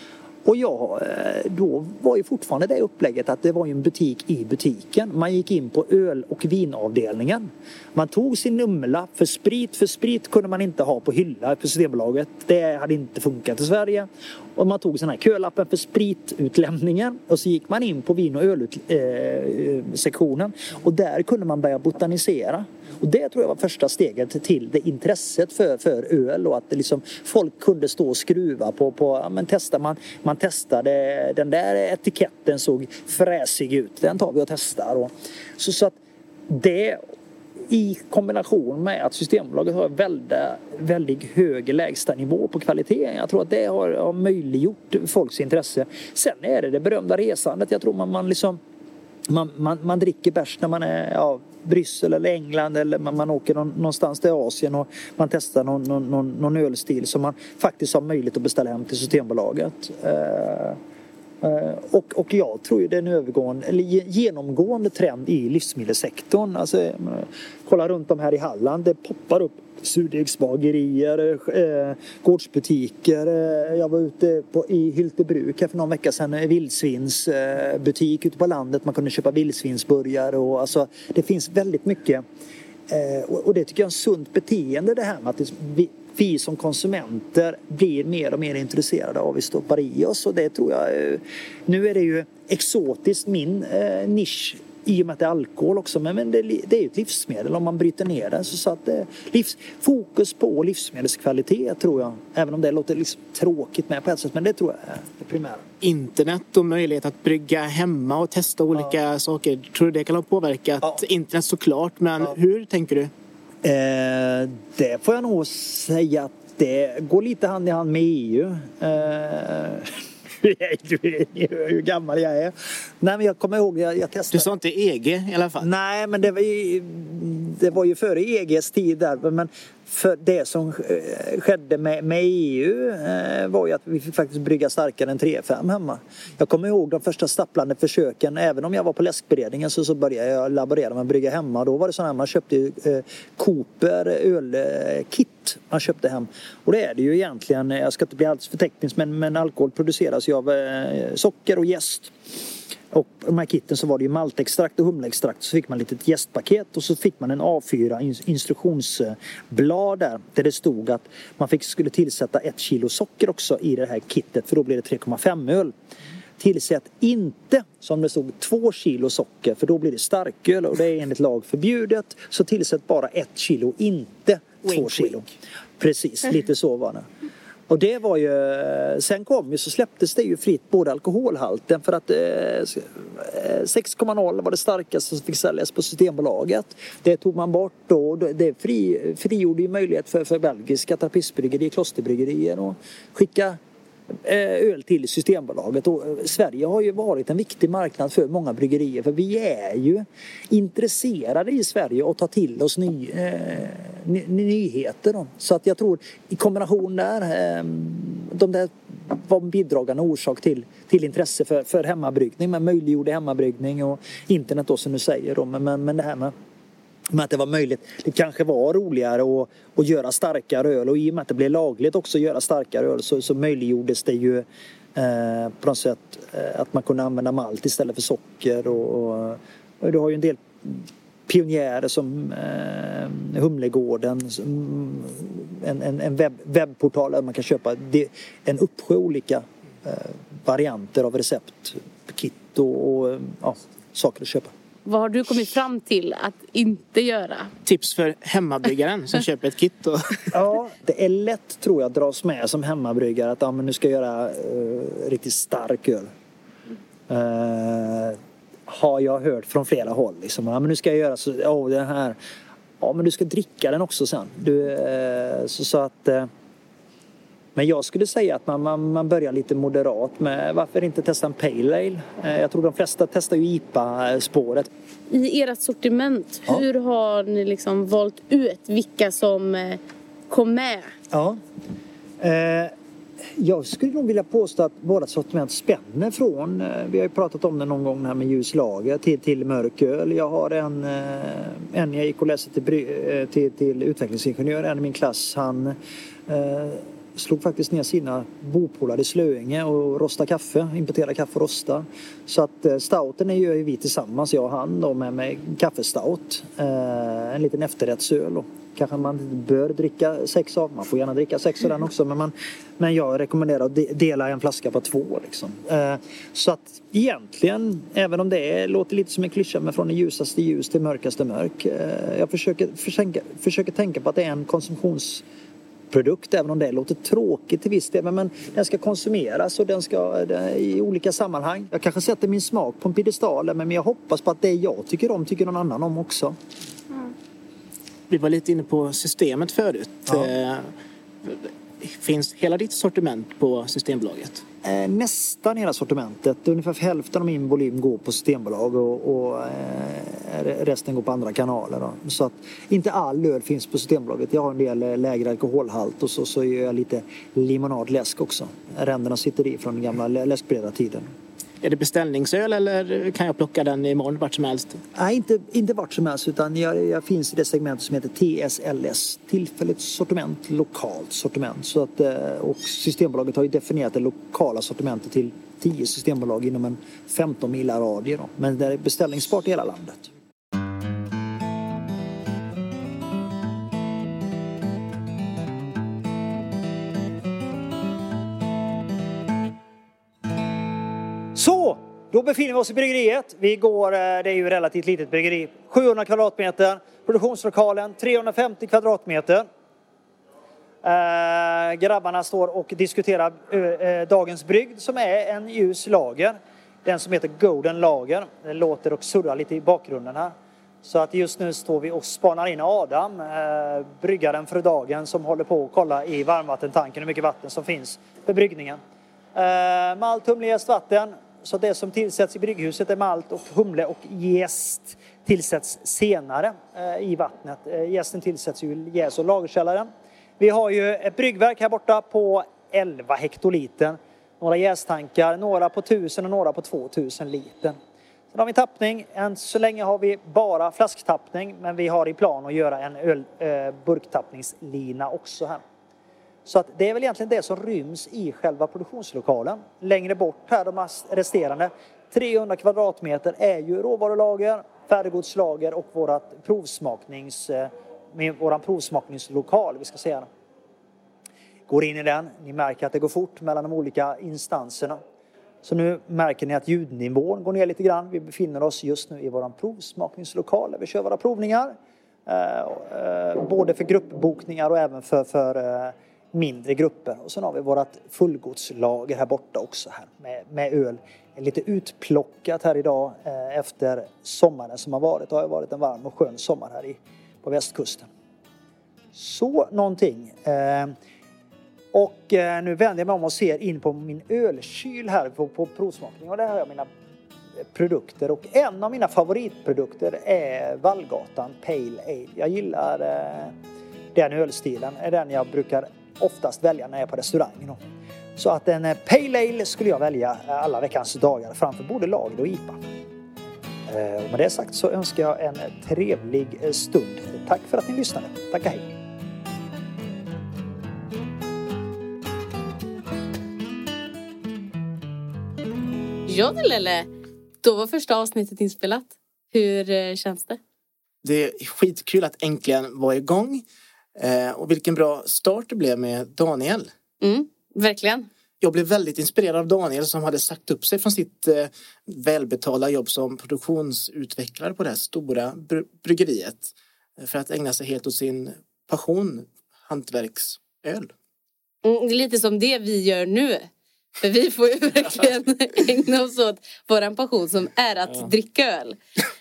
Och jag, då var ju fortfarande det upplägget att det var ju en butik i butiken. Man gick in på öl- och vinavdelningen. Man tog sin nummerlapp för sprit. För sprit kunde man inte ha på hylla på Systembolaget. Det hade inte funkat i Sverige. Och man tog sån här kölappen för spritutlämningen. Och så gick man in på vin- och ölsektionen. Och där kunde man börja botanisera. Och det tror jag var första steget till det intresset för, för öl. Och att det liksom, folk kunde stå och skruva på, på ja, men testar man, man testade, den där etiketten såg fräsig ut. Den tar vi och testar. Och, så, så att det i kombination med att Systembolaget har väldigt, väldigt hög lägsta nivå på kvalitet. Jag tror att det har, har möjliggjort folks intresse. Sen är det det berömda resandet. Jag tror man, man liksom Man, man, man dricker bärs när man är ja, Bryssel eller England eller man, man åker någon, någonstans till Asien och man testar någon, någon, någon ölstil som man faktiskt har möjlighet att beställa hem till Systembolaget. Uh, uh, och, och jag tror ju det är en övergående, eller genomgående trend i livsmedelssektorn. Alltså, kolla runt om här i Halland, det poppar upp surdegsbagerier, eh, gårdsbutiker. Eh, jag var ute på, i Hyltebruk här för någon vecka sedan, en vildsvinsbutik eh, ute på landet. Man kunde köpa vildsvinsburgare och alltså, det finns väldigt mycket. Eh, och, och det tycker jag är ett sunt beteende, det här med att det, vi, vi som konsumenter blir mer och mer intresserade av vad vi stoppar i oss. Och det tror jag, eh, nu är det ju exotiskt min eh, nisch i och med att det är alkohol också, men, men det, det är ju ett livsmedel om man bryter ner det. Så, så att det, livs, fokus på livsmedelskvalitet tror jag, även om det låter liksom tråkigt med på ett sätt, men det tror jag är det primära. Internet och möjlighet att brygga hemma och testa olika ja. saker, tror du det kan ha påverkat ja. internet såklart, men ja. hur tänker du? Eh, det får jag nog säga att det går lite hand i hand med E U. Eh, hur gammal jag är. Nej, men jag kommer ihåg jag, jag testade. Du sa inte E G i alla fall? Nej, men det var ju, det var ju före E G:s tid där. Men för det som skedde med, med E U eh, var ju att vi fick faktiskt brygga starkare än tre fem hemma. Jag kommer ihåg de första stapplande försöken. Även om jag var på läskberedningen så, så började jag laborera med att brygga hemma. Då var det så här, man köpte eh, Cooper ölkit man köpte hem. Och det är det ju egentligen, jag ska inte bli alldeles för teknisk, men, men alkohol produceras ju av eh, socker och jäst. Och i de här kitten så var det ju maltextrakt och humleextrakt. Så fick man ett litet jästpaket och så fick man en A fyra instruktionsblad där. Där det stod att man fick, skulle tillsätta ett kilo socker också i det här kittet. För då blir det tre komma fem öl. Tillsätt inte, som det stod, två kilo socker. För då blir det starköl och det är enligt lag förbjudet. Så tillsätt bara ett kilo, inte wink, två kilo. Wink. Precis, lite så var det. Och det var ju, sen kom ju så släpptes det ju fritt både alkoholhalten för att eh, sex komma noll var det starkaste som fick säljas på Systembolaget. Det tog man bort då och det fri, frigjorde ju möjlighet för, för belgiska trappistbryggerier, klosterbryggerier och skicka öl till Systembolaget. Och Sverige har ju varit en viktig marknad för många bryggerier, för vi är ju intresserade i Sverige att ta till oss ny, eh, ny, nyheter då. Så att jag tror i kombination där eh, de där var en bidragande orsak till, till intresse för, för hemmabryggning, men möjliggjorde hemmabryggning och internet då som du säger då. Men, men, men det här med med att det var möjligt, det kanske var roligare att, att göra starkare öl, och i och med att det blev lagligt också att göra starkare öl så, så möjliggjordes det ju eh, på något sätt eh, att man kunde använda malt istället för socker och, och, och du har ju en del pionjärer som eh, Humlegården, som, en, en, en webb, webbportal där man kan köpa det, en uppsjö olika eh, varianter av recept, kit och, och ja, saker att köpa. Vad har du kommit fram till att inte göra? Tips för hemmabryggaren som köper ett kit. Och ja, det är lätt tror jag att dras med som hemmabryggare att ja, men nu ska jag göra uh, riktigt stark öl. Uh, har jag hört från flera håll. Liksom. Ja, men nu ska jag göra så, oh, det här. Ja, men du ska dricka den också sen. Du, uh, så, så att... Uh, Men jag skulle säga att man, man, man börjar lite moderat med varför inte testa en pale ale. Jag tror de flesta testar ju I P A-spåret. I ert sortiment, ja. hur har ni liksom valt ut vilka som kom med? Ja, eh, jag skulle nog vilja påstå att våra sortiment spänner från, eh, vi har ju pratat om det någon gång här med ljuslager, till, till mörköl. Jag har en, eh, en jag gick och läste till, till, till utvecklingsingenjör, en i min klass, han... Eh, slog faktiskt ner sina bopolare i Slöinge och rosta kaffe, importera kaffe och rosta. Så att eh, stouten gör ju vi tillsammans, jag och han då, med, med kaffestout. Eh, en liten efterrättsöl då. Kanske man bör dricka sex av, man får gärna dricka sex av den också, men, man, men jag rekommenderar att de, dela en flaska på två liksom. Eh, så att egentligen, även om det är, låter lite som en klyscha, men från det ljusaste ljus till mörkaste mörk. Eh, jag försöker, försöker, försöker tänka på att det är en konsumtions produkt, även om det låter tråkigt till viss del, men, men den ska konsumeras och den ska den, i olika sammanhang. Jag kanske sätter min smak på en piedestal, men jag hoppas på att det jag tycker om tycker någon annan om också. Mm. Vi var lite inne på systemet förut. Ja. Eh, finns hela ditt sortiment på Systembolaget? Eh, nästan hela sortimentet. Ungefär hälften av min volym går på Systembolag och, och eh, resten går på andra kanaler. Då. Så att inte all öl finns på Systembolaget. Jag har en del lägre alkoholhalt och så, så gör jag lite limonadläsk också. Ränderna sitter i från den gamla läskbredartiden. Är det beställningsöl eller kan jag plocka den imorgon vart som helst? Nej, inte, inte vart som helst, utan jag, jag finns i det segmentet som heter T S L S. Tillfälligt sortiment, lokalt sortiment. Så att, och Systembolaget har ju definierat det lokala sortimentet till tio systembolag inom en femton mila radie. Då. Men det är beställningsbart i hela landet. Så, då befinner vi oss i bryggeriet. Vi går, det är ju relativt litet bryggeri. sjuhundra kvadratmeter. Produktionslokalen trehundrafemtio kvadratmeter. Eh, grabbarna står och diskuterar eh, dagens brygd som är en ljus lager. Den som heter Golden Lager. Det låter och surrar lite i bakgrunden här. Så att just nu står vi och spanar in Adam, eh, bryggaren för dagen, som håller på att kolla i varmvattentanken hur mycket vatten som finns för bryggningen. Eh, malt, humle, jäst, vatten. Så det som tillsätts i brygghuset är malt och humle och jäst tillsätts senare eh, i vattnet. Eh, jästen tillsätts ju i jäs- och lagerkällaren. Vi har ju ett bryggverk här borta på elva hektoliter. Några jästankar, några på tusen och några på tvåtusen liter. Sen har vi tappning. Än så länge har vi bara flasktappning, men vi har i plan att göra en öl, eh, burktappningslina också här. Så att det är väl egentligen det som ryms i själva produktionslokalen. Längre bort här, de resterande trehundra kvadratmeter är ju råvarulager, färdiggodslager och vårat provsmaknings, med våran provsmakningslokal, vi ska säga. Går in i den, ni märker att det går fort mellan de olika instanserna. Så nu märker ni att ljudnivån går ner lite grann. Vi befinner oss just nu i våran provsmakningslokal där vi kör våra provningar. Eh, eh, både för gruppbokningar och även för, för eh, mindre grupper. Och sen har vi vårt fullgodslager här borta också här med, med öl. Lite utplockat här idag eh, efter sommaren som har varit. Det har varit en varm och skön sommar här i, på västkusten. Så någonting. Eh, och eh, nu vänder jag mig om och ser in på min ölkyl här på, på provsmakning. Och där har jag mina produkter. Och en av mina favoritprodukter är Vallgatan Pale Ale. Jag gillar eh, den ölstilen. Är den jag brukar oftast välja när jag är på restaurang. Då. Så att en Pale Ale skulle jag välja alla veckans dagar framför både lager och I P A. Och med det sagt så önskar jag en trevlig stund. Tack för att ni lyssnade. Tack och hej. Ja, Lelle. Då var första avsnittet inspelat. Hur känns det? Det är skitkul att äntligen vara igång. Eh, och vilken bra start det blev med Daniel. Mm, verkligen. Jag blev väldigt inspirerad av Daniel som hade sagt upp sig från sitt eh, välbetalda jobb som produktionsutvecklare på det här stora br- bryggeriet. För att ägna sig helt åt sin passion, hantverksöl. Mm, det är lite som det vi gör nu. För vi får ju verkligen ägna oss åt vår passion som är att ja. dricka öl.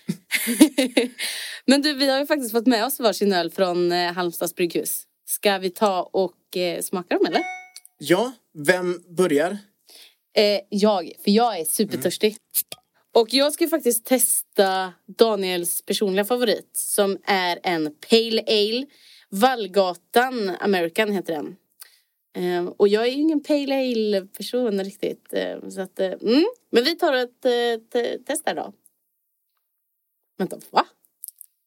Men du, vi har ju faktiskt fått med oss varsin öl från eh, Halmstads brygghus. Ska vi ta och eh, smaka dem, eller? Ja, vem börjar? Eh, jag, för jag är supertörstig. Mm. Och jag ska faktiskt testa Daniels personliga favorit. Som är en Pale Ale. Vallgatan American heter den. Eh, och jag är ju ingen Pale Ale-person riktigt. Eh, så att, eh, mm. Men vi tar ett eh, t- test här då. Vänta, va?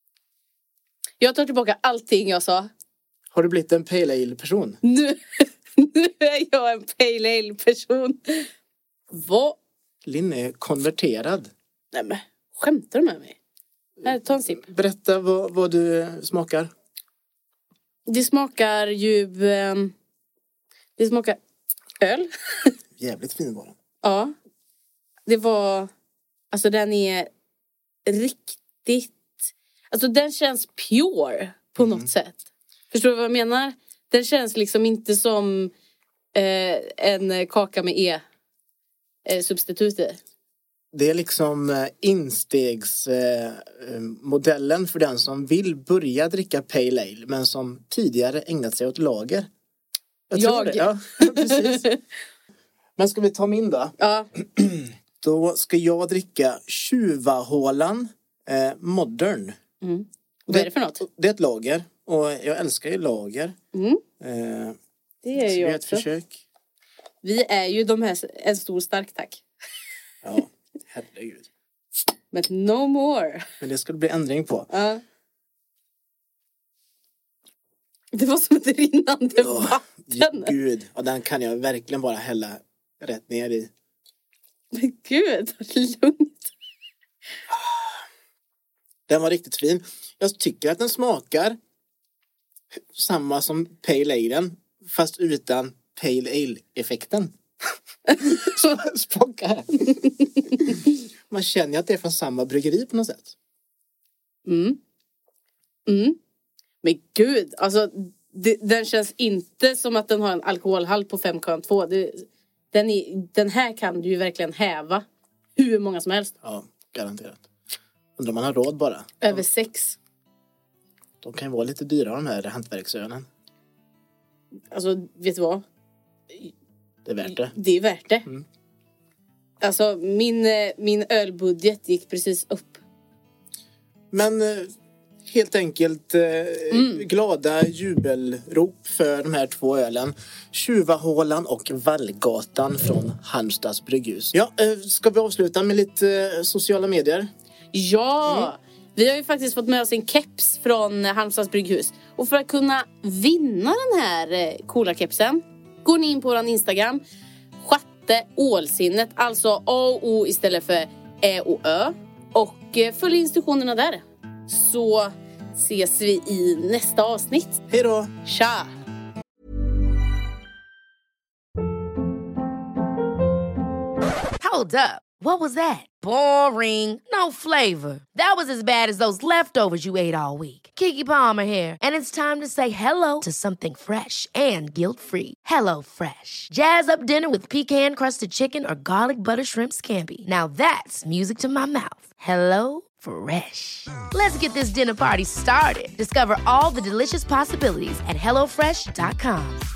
Jag tar tillbaka allting jag sa. Har du blivit en Pale Ale-person? Nu, Nu är jag en pale ale-person. Vad? Linn är konverterad. Nej men, skämtar du med mig? Här, ta en sipp. Berätta vad, vad du smakar. Det smakar ju... Eh, det smakar öl. Jävligt fin var den. Ja. Det var... Alltså den är riktigt... Alltså den känns pure på mm. något sätt. Förstår du vad jag menar? Den känns liksom inte som eh, en kaka med e-substitut i. Det är liksom instegsmodellen eh, för den som vill börja dricka pale ale men som tidigare ägnat sig åt lager. Jag, jag. tror det. Ja, precis. Men ska vi ta min då? Ja. Då ska jag dricka Tjuvahålan eh, Modern. Mm. Vad är det för något? Det är ett lager. Och jag älskar ju lager. Mm. Eh, det är ju ett försök. Vi är ju de här en stor stark tack. Ja, herregud. Men no more. Men det ska det bli ändring på. Ja. Det var som ett rinnande oh, vatten. Gud, och den kan jag verkligen bara hälla rätt ner i. Men gud, lugnt. Den var riktigt fin. Jag tycker att den smakar samma som Pale Ale, fast utan Pale Ale-effekten. Så smakar. Man känner ju att det är från samma bryggeri på något sätt. Mm. Mm. Men gud, alltså det, den känns inte som att den har en alkoholhalt på fem komma två. Det, den, är, den här kan du ju verkligen häva hur många som helst. Ja, garanterat. Undrar om man har råd bara. Över sex. De kan ju vara lite dyra de här hantverksölen. Alltså, vet du vad? Det är värt det. Det är värt det. Mm. Alltså, min, min ölbudget gick precis upp. Men helt enkelt mm. glada jubelrop för de här två ölen. Tjuvahålan och Vallgatan från Halmstads brygghus. Ja, ska vi avsluta med lite sociala medier? Ja, mm. vi har ju faktiskt fått med oss en keps från Halmstads brygghus. Och för att kunna vinna den här coola kepsen går ni in på vår Instagram. Chatte Ålsinnet, alltså A och O istället för Ä och Ö. Och följ instruktionerna där. Så ses vi i nästa avsnitt. Hej då! Tja! Hold up. What was that? Boring. No flavor. That was as bad as those leftovers you ate all week. Keke Palmer here, and it's time to say hello to something fresh and guilt-free. Hello Fresh. Jazz up dinner with pecan-crusted chicken or garlic butter shrimp scampi. Now that's music to my mouth. Hello Fresh. Let's get this dinner party started. Discover all the delicious possibilities at hello fresh dot com.